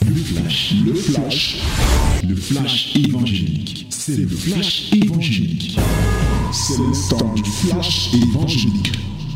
Le flash évangélique. C'est le flash évangélique. C'est le temps du flash évangélique.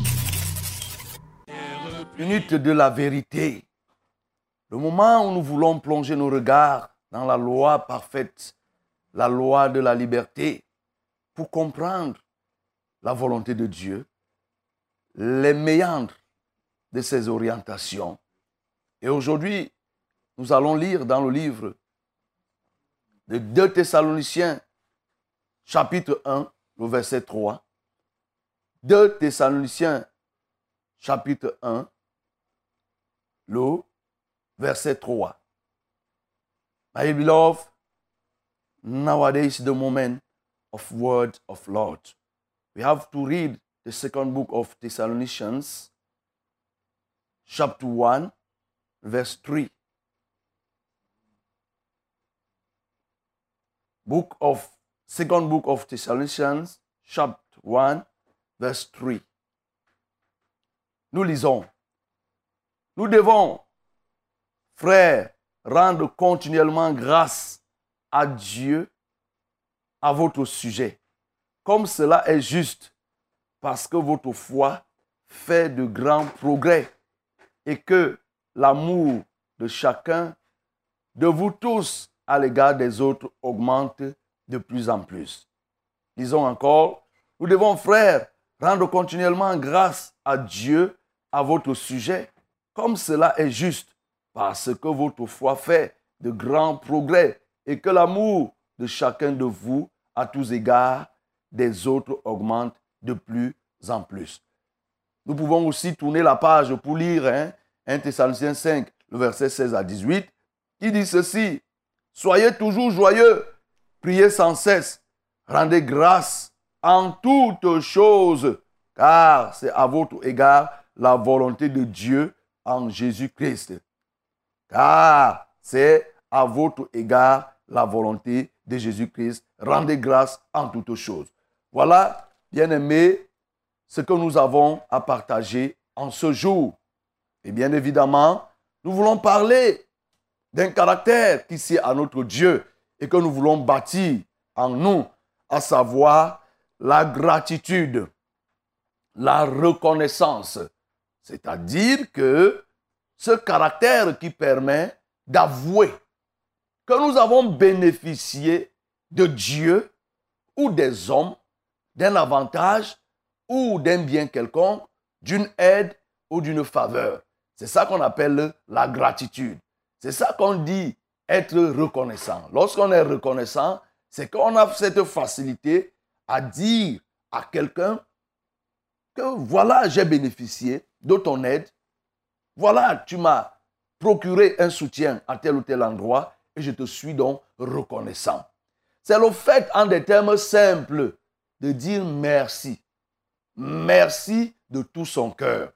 Minute de la vérité. Le moment où nous voulons plonger nos regards dans la loi parfaite, la loi de la liberté, pour comprendre la volonté de Dieu, les méandres de ses orientations. Et aujourd'hui, nous allons lire dans le livre de 2 Thessaloniciens, chapitre 1, le verset 3. 2 Thessaloniciens, chapitre 1, le verset 3. My beloved, nowadays is the moment of word of Lord. We have to read the second book of Thessalonians, chapter 1, verse 3. Second book of Thessalonians, chapter 1, verse 3. Nous lisons. Nous devons, frères, rendre continuellement grâce à Dieu à votre sujet, comme cela est juste, parce que votre foi fait de grands progrès et que l'amour de chacun, de vous tous à l'égard des autres, augmente de plus en plus. Disons encore, nous devons, frères, rendre continuellement grâce à Dieu à votre sujet, comme cela est juste, parce que votre foi fait de grands progrès et que l'amour de chacun de vous, à tous égards, des autres augmente de plus en plus. Nous pouvons aussi tourner la page pour lire 1 Thessaloniciens 5, le verset 16 à 18, qui dit ceci: soyez toujours joyeux, priez sans cesse, rendez grâce en toutes choses, car c'est à votre égard la volonté de Dieu en Jésus-Christ. Car c'est à votre égard la volonté de Jésus-Christ. Rendez grâce en toutes choses. Voilà, bien-aimés, ce que nous avons à partager en ce jour. Et bien évidemment, nous voulons parler d'un caractère qui sied à notre Dieu et que nous voulons bâtir en nous, à savoir la gratitude, la reconnaissance. C'est-à-dire que ce caractère qui permet d'avouer que nous avons bénéficié de Dieu ou des hommes, d'un avantage ou d'un bien quelconque, d'une aide ou d'une faveur. C'est ça qu'on appelle la gratitude. C'est ça qu'on dit être reconnaissant. Lorsqu'on est reconnaissant, c'est qu'on a cette facilité à dire à quelqu'un que voilà, j'ai bénéficié de ton aide. Voilà, tu m'as procuré un soutien à tel ou tel endroit et je te suis donc reconnaissant. C'est le fait, en des termes simples, de dire merci. Merci de tout son cœur.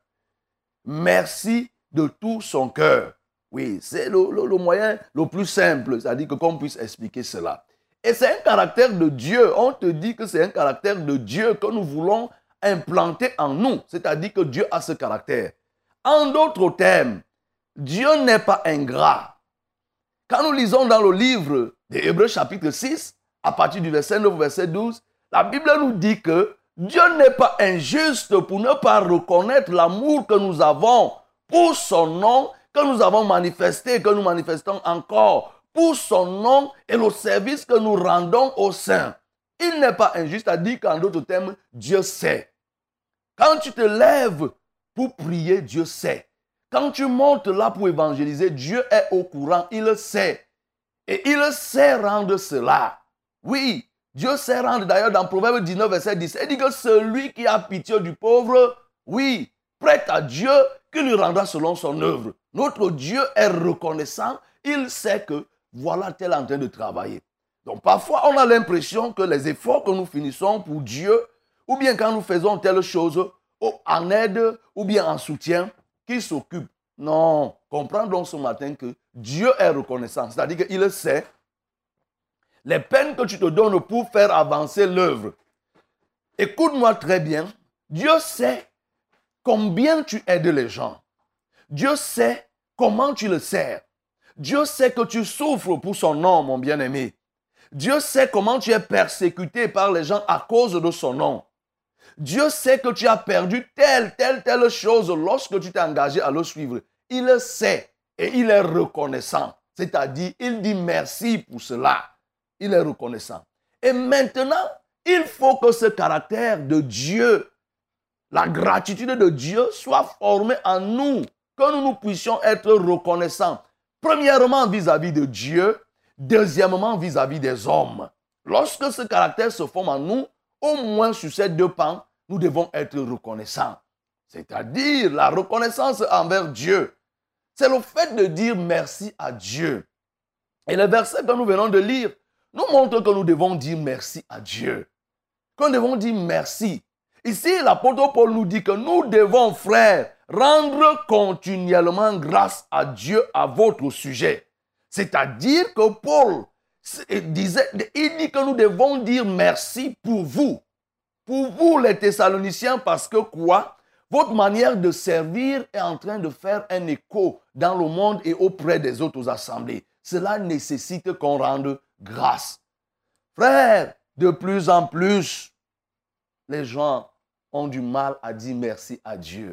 Merci de tout son cœur. Oui, c'est le moyen le plus simple, c'est-à-dire qu'on puisse expliquer cela. Et c'est un caractère de Dieu. On te dit que c'est un caractère de Dieu que nous voulons implanter en nous. C'est-à-dire que Dieu a ce caractère. En d'autres termes, Dieu n'est pas ingrat. Quand nous lisons dans le livre des Hébreux chapitre 6, à partir du verset 9 au verset 12, la Bible nous dit que Dieu n'est pas injuste pour ne pas reconnaître l'amour que nous avons pour son nom, que nous avons manifesté, que nous manifestons encore pour son nom et le service que nous rendons aux saints. Il n'est pas injuste à dire qu'en d'autres termes, Dieu sait. Quand tu te lèves pour prier, Dieu sait. Quand tu montes là pour évangéliser, Dieu est au courant, il le sait. Et il sait rendre cela. Oui, Dieu sait rendre. D'ailleurs, dans Proverbe 19, verset 10, il dit que celui qui a pitié du pauvre, oui, prête à Dieu, qui lui rendra selon son œuvre. Notre Dieu est reconnaissant. Il sait que voilà, tel est en train de travailler. Donc parfois, on a l'impression que les efforts que nous finissons pour Dieu, ou bien quand nous faisons telle chose, en aide, ou bien en soutien, qui s'occupe. Non, comprends donc ce matin que Dieu est reconnaissant. C'est-à-dire qu'il sait les peines que tu te donnes pour faire avancer l'œuvre. Écoute-moi très bien. Dieu sait combien tu aides les gens. Dieu sait comment tu le sers. Dieu sait que tu souffres pour son nom, mon bien-aimé. Dieu sait comment tu es persécuté par les gens à cause de son nom. Dieu sait que tu as perdu telle chose lorsque tu t'es engagé à le suivre. Il le sait et il est reconnaissant. C'est-à-dire, il dit merci pour cela. Il est reconnaissant. Et maintenant, il faut que ce caractère de Dieu, la gratitude de Dieu soit formée en nous, que nous puissions être reconnaissants. Premièrement, vis-à-vis de Dieu. Deuxièmement, vis-à-vis des hommes. Lorsque ce caractère se forme en nous, au moins sur ces deux pans, nous devons être reconnaissants. C'est-à-dire la reconnaissance envers Dieu. C'est le fait de dire merci à Dieu. Et le verset que nous venons de lire nous montre que nous devons dire merci à Dieu. Que nous devons dire merci. Ici, l'apôtre Paul nous dit que nous devons, frères, rendre continuellement grâce à Dieu à votre sujet. C'est-à-dire que Paul il dit que nous devons dire merci pour vous. Pour vous, les Thessaloniciens, parce que quoi? Votre manière de servir est en train de faire un écho dans le monde et auprès des autres assemblées. Cela nécessite qu'on rende grâce. Frères, de plus en plus, les gens ont du mal à dire merci à Dieu.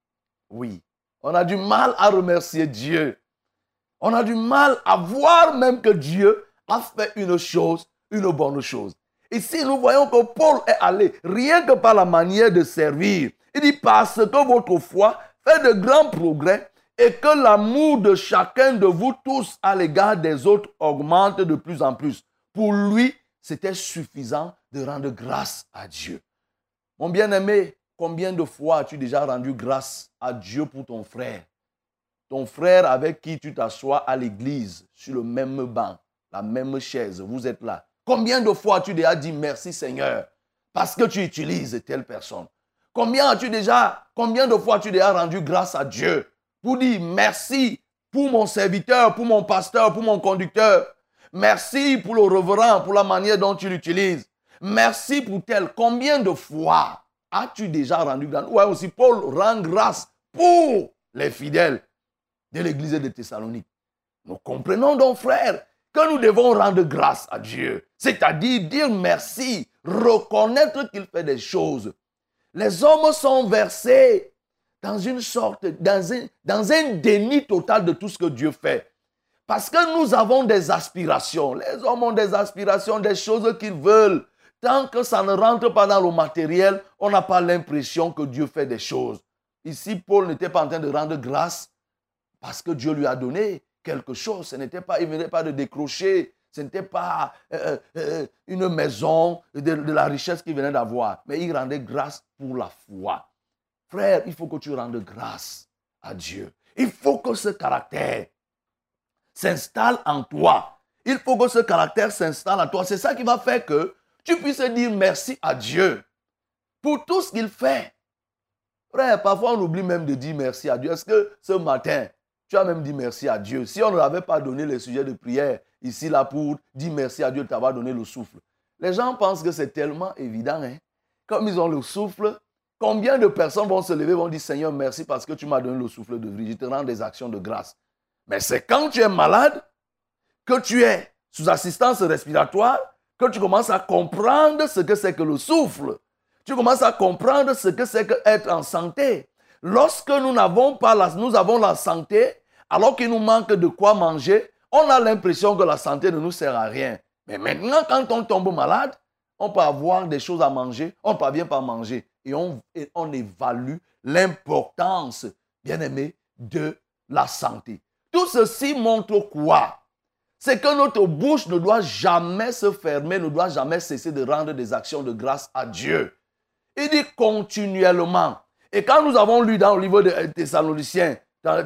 Oui, on a du mal à remercier Dieu. On a du mal à voir même que Dieu a fait une chose, une bonne chose. Ici, nous voyons que Paul est allé, rien que par la manière de servir. Il dit parce que votre foi fait de grands progrès et que l'amour de chacun de vous tous à l'égard des autres augmente de plus en plus. Pour lui, c'était suffisant de rendre grâce à Dieu. Mon bien-aimé, combien de fois as-tu déjà rendu grâce à Dieu pour ton frère? Ton frère avec qui tu t'assois à l'église, sur le même banc, la même chaise, vous êtes là. Combien de fois as-tu déjà dit merci Seigneur parce que tu utilises telle personne? Combien de fois as-tu déjà rendu grâce à Dieu pour dire merci pour mon serviteur, pour mon pasteur, pour mon conducteur? Merci pour le reverend, pour la manière dont tu l'utilises. Merci pour tel. Combien de fois as-tu déjà rendu grâce? Ouais, aussi Paul rend grâce pour les fidèles de l'église de Thessalonique. Nous comprenons donc, frères, que nous devons rendre grâce à Dieu. C'est-à-dire dire merci, reconnaître qu'il fait des choses. Les hommes sont versés dans une sorte, dans un déni total de tout ce que Dieu fait. Parce que nous avons des aspirations. Les hommes ont des aspirations, des choses qu'ils veulent. Tant que ça ne rentre pas dans le matériel, on n'a pas l'impression que Dieu fait des choses. Ici, Paul n'était pas en train de rendre grâce parce que Dieu lui a donné quelque chose. Il ne venait pas de décrocher. Ce n'était pas une maison de la richesse qu'il venait d'avoir. Mais il rendait grâce pour la foi. Frère, il faut que tu rendes grâce à Dieu. Il faut que ce caractère s'installe en toi. Il faut que ce caractère s'installe en toi. C'est ça qui va faire que tu puisses dire merci à Dieu pour tout ce qu'il fait. Frère, parfois on oublie même de dire merci à Dieu. Est-ce que ce matin, tu as même dit merci à Dieu? Si on ne l'avait pas donné les sujets de prière ici, là, pour dire merci à Dieu de t'avoir donné le souffle. Les gens pensent que c'est tellement évident. Hein? Comme ils ont le souffle, combien de personnes vont se lever et vont dire Seigneur, merci parce que tu m'as donné le souffle de vie. Je te rends des actions de grâce. Mais c'est quand tu es malade, que tu es sous assistance respiratoire, que tu commences à comprendre ce que c'est que le souffle. Tu commences à comprendre ce que c'est qu'être en santé. Lorsque nous avons la santé, alors qu'il nous manque de quoi manger, on a l'impression que la santé ne nous sert à rien. Mais maintenant, quand on tombe malade, on peut avoir des choses à manger, on ne parvient pas à manger. Et on évalue l'importance, bien aimé, de la santé. Tout ceci montre quoi? C'est que notre bouche ne doit jamais se fermer, ne doit jamais cesser de rendre des actions de grâce à Dieu. Il dit continuellement. Et quand nous avons lu dans le livre de Thessaloniciens,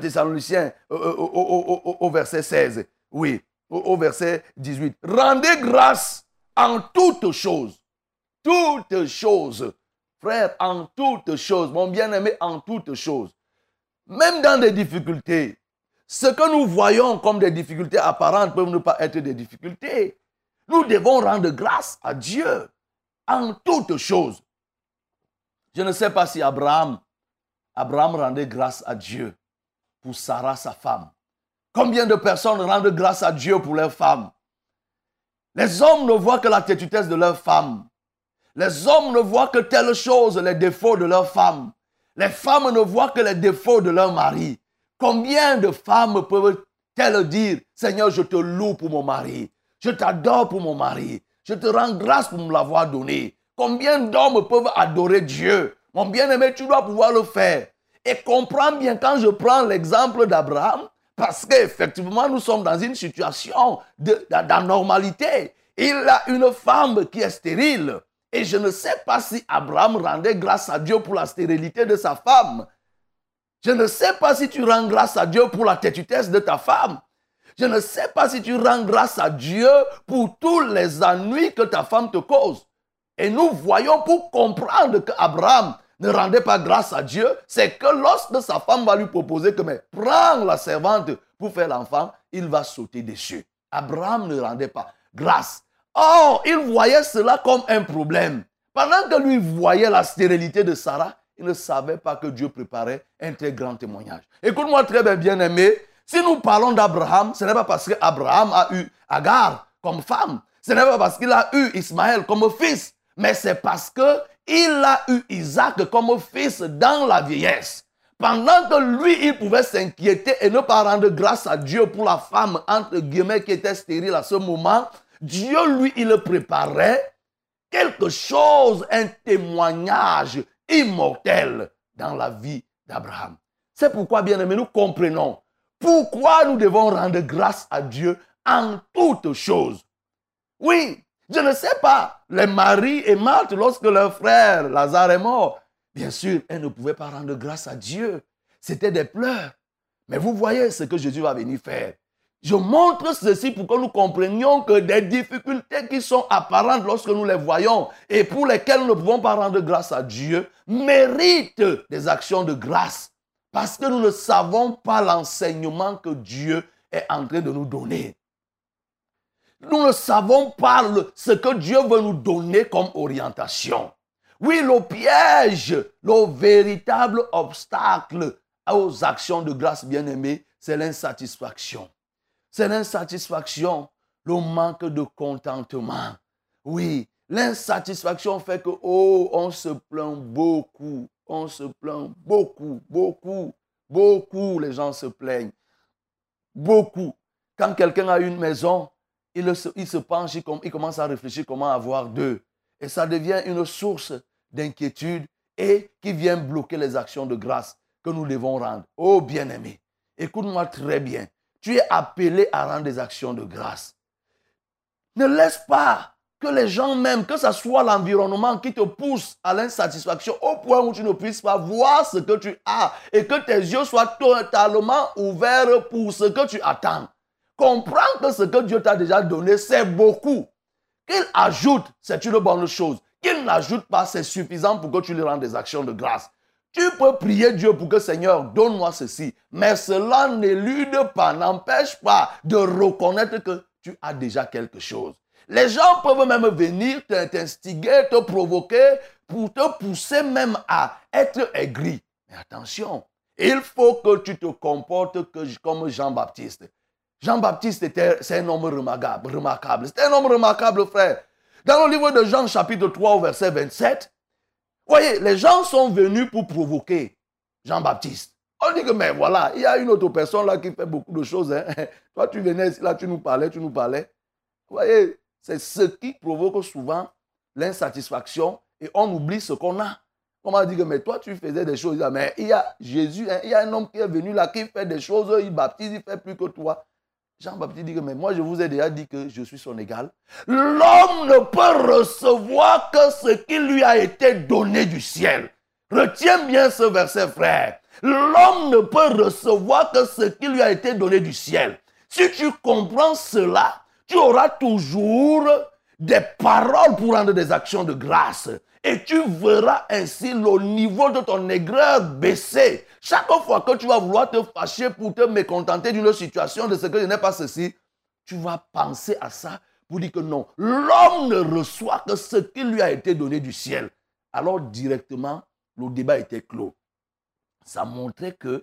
au verset 16, oui, au verset 18, rendez grâce en toutes choses. Toutes choses. Frère, en toutes choses. Mon bien-aimé, en toutes choses. Même dans des difficultés. Ce que nous voyons comme des difficultés apparentes peuvent ne pas être des difficultés. Nous devons rendre grâce à Dieu en toutes choses. Je ne sais pas si Abraham rendait grâce à Dieu pour Sarah, sa femme. Combien de personnes rendent grâce à Dieu pour leurs femmes? Les hommes ne voient que la têtutesse de leurs femmes. Les hommes ne voient que telle chose, les défauts de leurs femmes. Les femmes ne voient que les défauts de leur mari. Combien de femmes peuvent-elles dire, Seigneur, je te loue pour mon mari, je t'adore pour mon mari, je te rends grâce pour me l'avoir donné. Combien d'hommes peuvent adorer Dieu? Mon bien-aimé, tu dois pouvoir le faire. Et comprends bien quand je prends l'exemple d'Abraham, parce qu'effectivement, nous sommes dans une situation d'anormalité. Il a une femme qui est stérile. Et je ne sais pas si Abraham rendait grâce à Dieu pour la stérilité de sa femme. Je ne sais pas si tu rends grâce à Dieu pour la têtutesse de ta femme. Je ne sais pas si tu rends grâce à Dieu pour tous les ennuis que ta femme te cause. Et nous voyons pour comprendre qu'Abraham ne rendait pas grâce à Dieu, c'est que lorsque sa femme va lui proposer que mais prends la servante pour faire l'enfant, il va sauter dessus. Abraham ne rendait pas grâce. Or, il voyait cela comme un problème. Pendant que lui voyait la stérilité de Sarah, il ne savait pas que Dieu préparait un très grand témoignage. Écoute-moi très bien aimé, si nous parlons d'Abraham, ce n'est pas parce qu'Abraham a eu Agar comme femme, ce n'est pas parce qu'il a eu Ismaël comme fils, mais c'est parce qu'il a eu Isaac comme fils dans la vieillesse. Pendant que lui, il pouvait s'inquiéter et ne pas rendre grâce à Dieu pour la femme, entre guillemets, qui était stérile à ce moment, Dieu, lui, il préparait quelque chose, un témoignage immortel dans la vie d'Abraham. C'est pourquoi, bien aimé, nous comprenons pourquoi nous devons rendre grâce à Dieu en toutes choses. Oui, je ne sais pas, les Marie et Marthe, lorsque leur frère Lazare est mort, bien sûr, elles ne pouvaient pas rendre grâce à Dieu. C'était des pleurs. Mais vous voyez ce que Jésus va venir faire. Je montre ceci pour que nous comprenions que des difficultés qui sont apparentes lorsque nous les voyons et pour lesquelles nous ne pouvons pas rendre grâce à Dieu méritent des actions de grâce parce que nous ne savons pas l'enseignement que Dieu est en train de nous donner. Nous ne savons pas ce que Dieu veut nous donner comme orientation. Oui, le piège, le véritable obstacle aux actions de grâce bien-aimées, c'est l'insatisfaction. C'est l'insatisfaction, le manque de contentement. Oui, l'insatisfaction fait que, on se plaint beaucoup. On se plaint beaucoup, beaucoup, beaucoup. Les gens se plaignent. Beaucoup. Quand quelqu'un a une maison, il se penche, il commence à réfléchir comment avoir deux. Et ça devient une source d'inquiétude et qui vient bloquer les actions de grâce que nous devons rendre. Oh bien-aimé, écoute-moi très bien. Tu es appelé à rendre des actions de grâce. Ne laisse pas que les gens même, que ce soit l'environnement qui te pousse à l'insatisfaction au point où tu ne puisses pas voir ce que tu as et que tes yeux soient totalement ouverts pour ce que tu attends. Comprends que ce que Dieu t'a déjà donné, c'est beaucoup. Qu'il ajoute, c'est une bonne chose. Qu'il n'ajoute pas, c'est suffisant pour que tu lui rendes des actions de grâce. Tu peux prier Dieu pour que Seigneur, donne-moi ceci. Mais cela n'élude pas, n'empêche pas de reconnaître que tu as déjà quelque chose. Les gens peuvent même venir t'instiguer, te provoquer, pour te pousser même à être aigri. Mais attention, il faut que tu te comportes comme Jean-Baptiste. Jean-Baptiste, c'est un homme remarquable. C'était un homme remarquable, frère. Dans le livre de Jean, chapitre 3, verset 27, voyez, les gens sont venus pour provoquer Jean-Baptiste. On dit que, mais voilà, il y a une autre personne là qui fait beaucoup de choses. Hein. Toi, tu venais ici, là, tu nous parlais. Vous voyez, c'est ce qui provoque souvent l'insatisfaction et on oublie ce qu'on a. On m'a dit que, mais toi, tu faisais des choses. Mais il y a Jésus, hein, il y a un homme qui est venu là, qui fait des choses, il baptise, il fait plus que toi. Jean-Baptiste dit que, mais moi, je vous ai déjà dit que je suis son égal. L'homme ne peut recevoir que ce qui lui a été donné du ciel. Retiens bien ce verset, frère. L'homme ne peut recevoir que ce qui lui a été donné du ciel. Si tu comprends cela, tu auras toujours des paroles pour rendre des actions de grâce. Et tu verras ainsi le niveau de ton aigreur baisser. Chaque fois que tu vas vouloir te fâcher pour te mécontenter d'une situation, de ce que je n'ai pas ceci, tu vas penser à ça pour dire que non, l'homme ne reçoit que ce qui lui a été donné du ciel. Alors directement, le débat était clos. Ça montrait que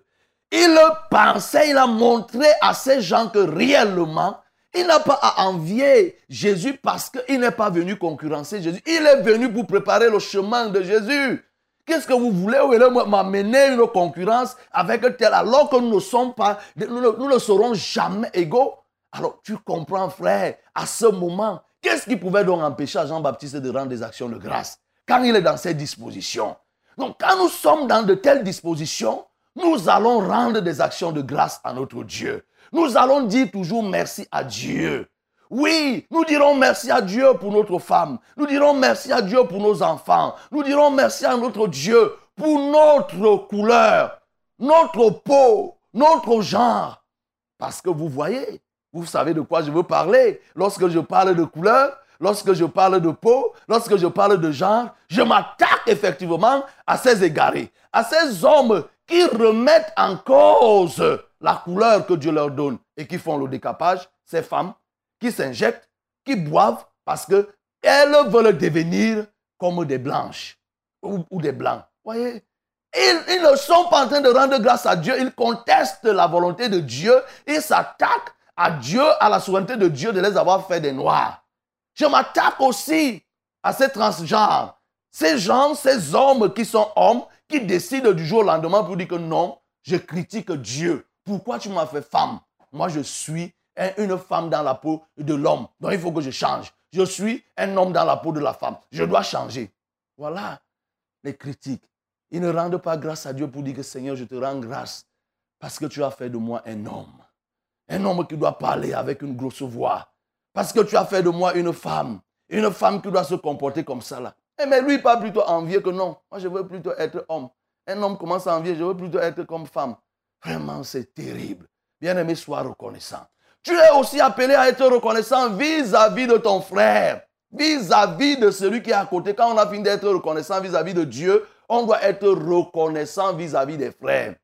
Il pensait, il a montré à ces gens que réellement, il n'a pas à envier Jésus parce qu'il n'est pas venu concurrencer Jésus. Il est venu pour préparer le chemin de Jésus. Qu'est-ce que vous voulez m'amener une concurrence avec tel alors que nous ne sommes pas, nous ne serons jamais égaux? Alors tu comprends, frère, à ce moment, qu'est-ce qui pouvait donc empêcher à Jean-Baptiste de rendre des actions de grâce quand il est dans ces dispositions? Donc quand nous sommes dans de telles dispositions, nous allons rendre des actions de grâce à notre Dieu. Nous allons dire toujours merci à Dieu. Oui, nous dirons merci à Dieu pour notre femme. Nous dirons merci à Dieu pour nos enfants. Nous dirons merci à notre Dieu pour notre couleur, notre peau, notre genre. Parce que vous voyez, vous savez de quoi je veux parler. Lorsque je parle de couleur, lorsque je parle de peau, lorsque je parle de genre, je m'attaque effectivement à ces égarés, à ces hommes qui remettent en cause la couleur que Dieu leur donne et qui font le décapage, ces femmes qui s'injectent, qui boivent parce qu'elles veulent devenir comme des blanches ou des blancs. Voyez, ils ne sont pas en train de rendre grâce à Dieu, ils contestent la volonté de Dieu, ils s'attaquent à Dieu, à la souveraineté de Dieu de les avoir fait des noirs. Je m'attaque aussi à ces transgenres, ces gens, ces hommes qui sont hommes, qui décident du jour au lendemain pour dire que non, je critique Dieu. Pourquoi tu m'as fait femme? Moi, je suis une femme dans la peau de l'homme. Donc, il faut que je change. Je suis un homme dans la peau de la femme. Je dois changer. Voilà les critiques. Ils ne rendent pas grâce à Dieu pour dire que Seigneur, je te rends grâce parce que tu as fait de moi un homme. Un homme qui doit parler avec une grosse voix. Parce que tu as fait de moi une femme qui doit se comporter comme ça là. Mais lui, pas plutôt envier que non. Moi, je veux plutôt être homme. Un homme commence à envier, je veux plutôt être comme femme. Vraiment, c'est terrible. Bien-aimé, sois reconnaissant. Tu es aussi appelé à être reconnaissant vis-à-vis de ton frère, vis-à-vis de celui qui est à côté. Quand on a fini d'être reconnaissant vis-à-vis de Dieu, on doit être reconnaissant vis-à-vis des frères,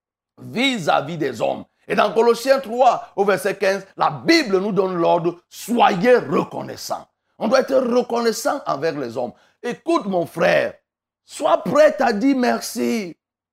vis-à-vis des hommes. Et dans Colossiens 3, au verset 15, la Bible nous donne l'ordre, soyez reconnaissants. On doit être reconnaissant envers les hommes. Écoute mon frère, sois prêt à dire merci.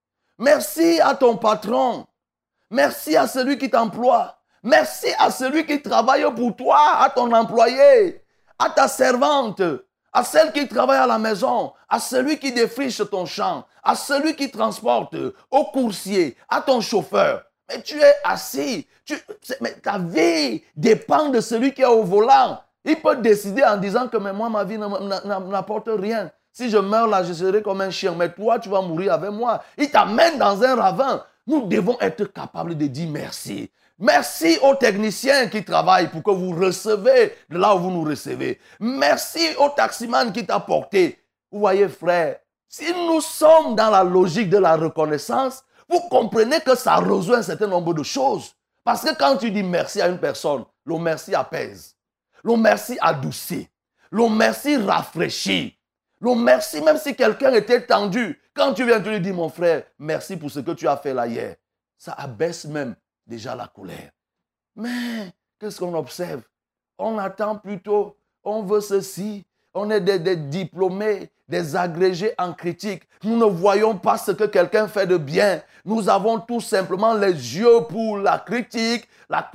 Merci à ton patron. Merci à celui qui t'emploie. Merci à celui qui travaille pour toi, à ton employé, à ta servante, à celle qui travaille à la maison, à celui qui défriche ton champ, à celui qui transporte, au coursier, à ton chauffeur. Mais tu es assis. Mais ta vie dépend de celui qui est au volant. Il peut décider en disant que mais moi, ma vie n'apporte rien. Si je meurs là, je serai comme un chien. Mais toi, tu vas mourir avec moi. Il t'amène dans un ravin. Nous devons être capables de dire merci. Merci aux techniciens qui travaillent pour que vous recevez de là où vous nous recevez. Merci au taximan qui t'a porté. Vous voyez, frère, si nous sommes dans la logique de la reconnaissance, vous comprenez que ça rejoint un certain nombre de choses. Parce que quand tu dis merci à une personne, le merci apaise. Le merci adoucit. Le merci rafraîchit. Le merci, même si quelqu'un était tendu, quand tu viens, tu lui dis, mon frère, merci pour ce que tu as fait là hier. Ça abaisse même déjà la colère. Mais qu'est-ce qu'on observe? On attend plutôt, on veut ceci. On est des diplômés, des agrégés en critique. Nous ne voyons pas ce que quelqu'un fait de bien. Nous avons tout simplement les yeux pour la critique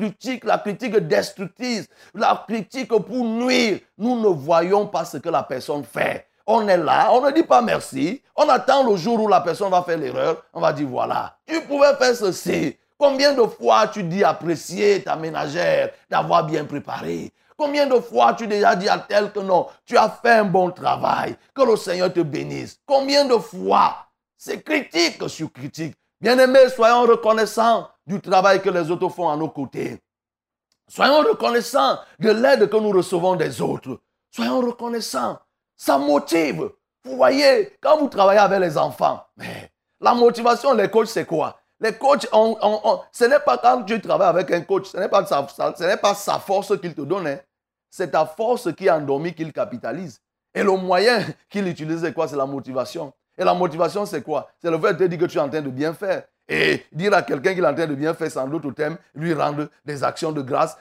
destructrice, la critique pour nuire. Nous ne voyons pas ce que la personne fait. On est là, on ne dit pas merci. On attend le jour où la personne va faire l'erreur. On va dire voilà, tu pouvais faire ceci. Combien de fois tu dis apprécier ta ménagère d'avoir bien préparé? Combien de fois tu déjà dit à tel que non, tu as fait un bon travail, que le Seigneur te bénisse? Combien de fois? C'est critique sur critique. Bien-aimés, soyons reconnaissants du travail que les autres font à nos côtés. Soyons reconnaissants de l'aide que nous recevons des autres. Soyons reconnaissants. Ça motive. Vous voyez, quand vous travaillez avec les enfants, mais la motivation, les coachs, c'est quoi? Les coachs, ce n'est pas quand tu travailles avec un coach, ce n'est pas sa force qu'il te donne. Hein. C'est ta force qui est endormie qu'il capitalise. Et le moyen qu'il utilise, c'est quoi? C'est la motivation. Et la motivation, c'est quoi? C'est le fait de te dire que tu es en train de bien faire. Et dire à quelqu'un qu'il est en train de bien faire sans d'autres thèmes, lui rendre des actions de grâce,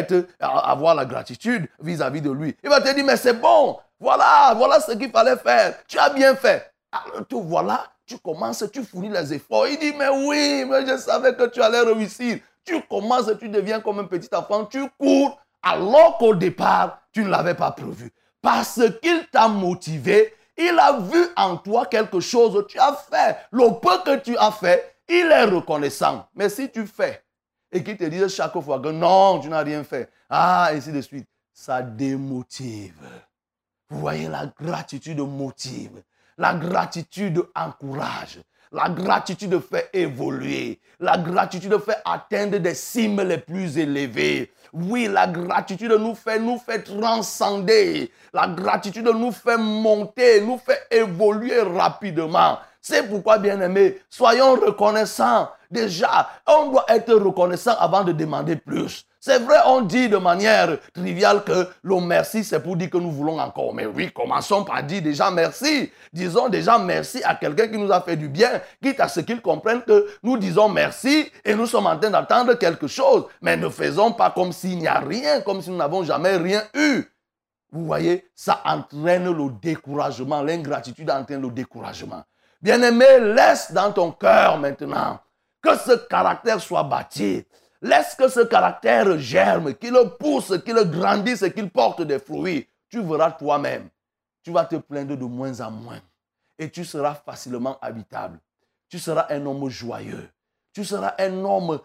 avoir la gratitude vis-à-vis de lui. Il va te dire, mais c'est bon, voilà ce qu'il fallait faire. Tu as bien fait. Alors, voilà, tu commences, tu fournis les efforts. Il dit, mais oui, mais je savais que tu allais réussir. Tu commences, tu deviens comme un petit enfant, tu cours, alors qu'au départ, tu ne l'avais pas prévu. Parce qu'il t'a motivé, il a vu en toi quelque chose, tu as fait. Le peu que tu as fait, il est reconnaissant. Mais si tu fais, et qu'il te dise chaque fois que non, tu n'as rien fait, ainsi de suite, ça démotive. Vous voyez, la gratitude motive, la gratitude encourage, la gratitude fait évoluer, la gratitude fait atteindre des cimes les plus élevées. Oui, la gratitude nous fait transcender, la gratitude nous fait monter, nous fait évoluer rapidement. C'est pourquoi, bien-aimés, soyons reconnaissants. Déjà, on doit être reconnaissant avant de demander plus. C'est vrai, on dit de manière triviale que le merci, c'est pour dire que nous voulons encore. Mais oui, commençons par dire déjà merci. Disons déjà merci à quelqu'un qui nous a fait du bien, quitte à ce qu'il comprenne que nous disons merci et nous sommes en train d'attendre quelque chose. Mais ne faisons pas comme s'il n'y a rien, comme si nous n'avons jamais rien eu. Vous voyez, ça entraîne le découragement. L'ingratitude entraîne le découragement. Bien-aimé, laisse dans ton cœur maintenant que ce caractère soit bâti. Laisse que ce caractère germe, qu'il pousse, qu'il grandisse et qu'il porte des fruits. Tu verras toi-même. Tu vas te plaindre de moins en moins. Et tu seras facilement habitable. Tu seras un homme joyeux. Tu seras un homme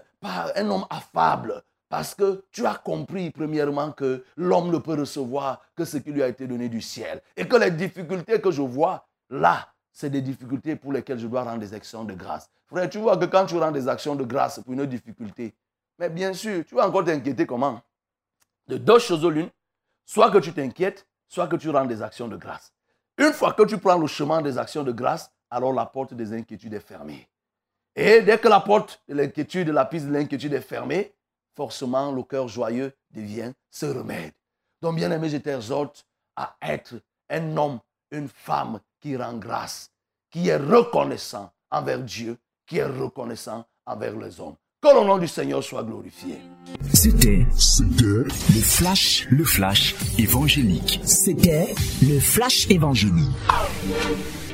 affable. Parce que tu as compris premièrement que l'homme ne peut recevoir que ce qui lui a été donné du ciel. Et que les difficultés que je vois là, c'est des difficultés pour lesquelles je dois rendre des actions de grâce. Frère, tu vois que quand tu rends des actions de grâce pour une difficulté, mais bien sûr, tu vas encore t'inquiéter comment? De deux choses l'une, soit que tu t'inquiètes, soit que tu rends des actions de grâce. Une fois que tu prends le chemin des actions de grâce, alors la porte des inquiétudes est fermée. Et dès que la porte de l'inquiétude, la piste de l'inquiétude est fermée, forcément le cœur joyeux devient ce remède. Donc bien aimé, je t'exhorte à être un homme, une femme qui rend grâce, qui est reconnaissant envers Dieu, qui est reconnaissant envers les hommes. Que le nom du Seigneur soit glorifié. C'était le flash évangélique. C'était le flash évangélique.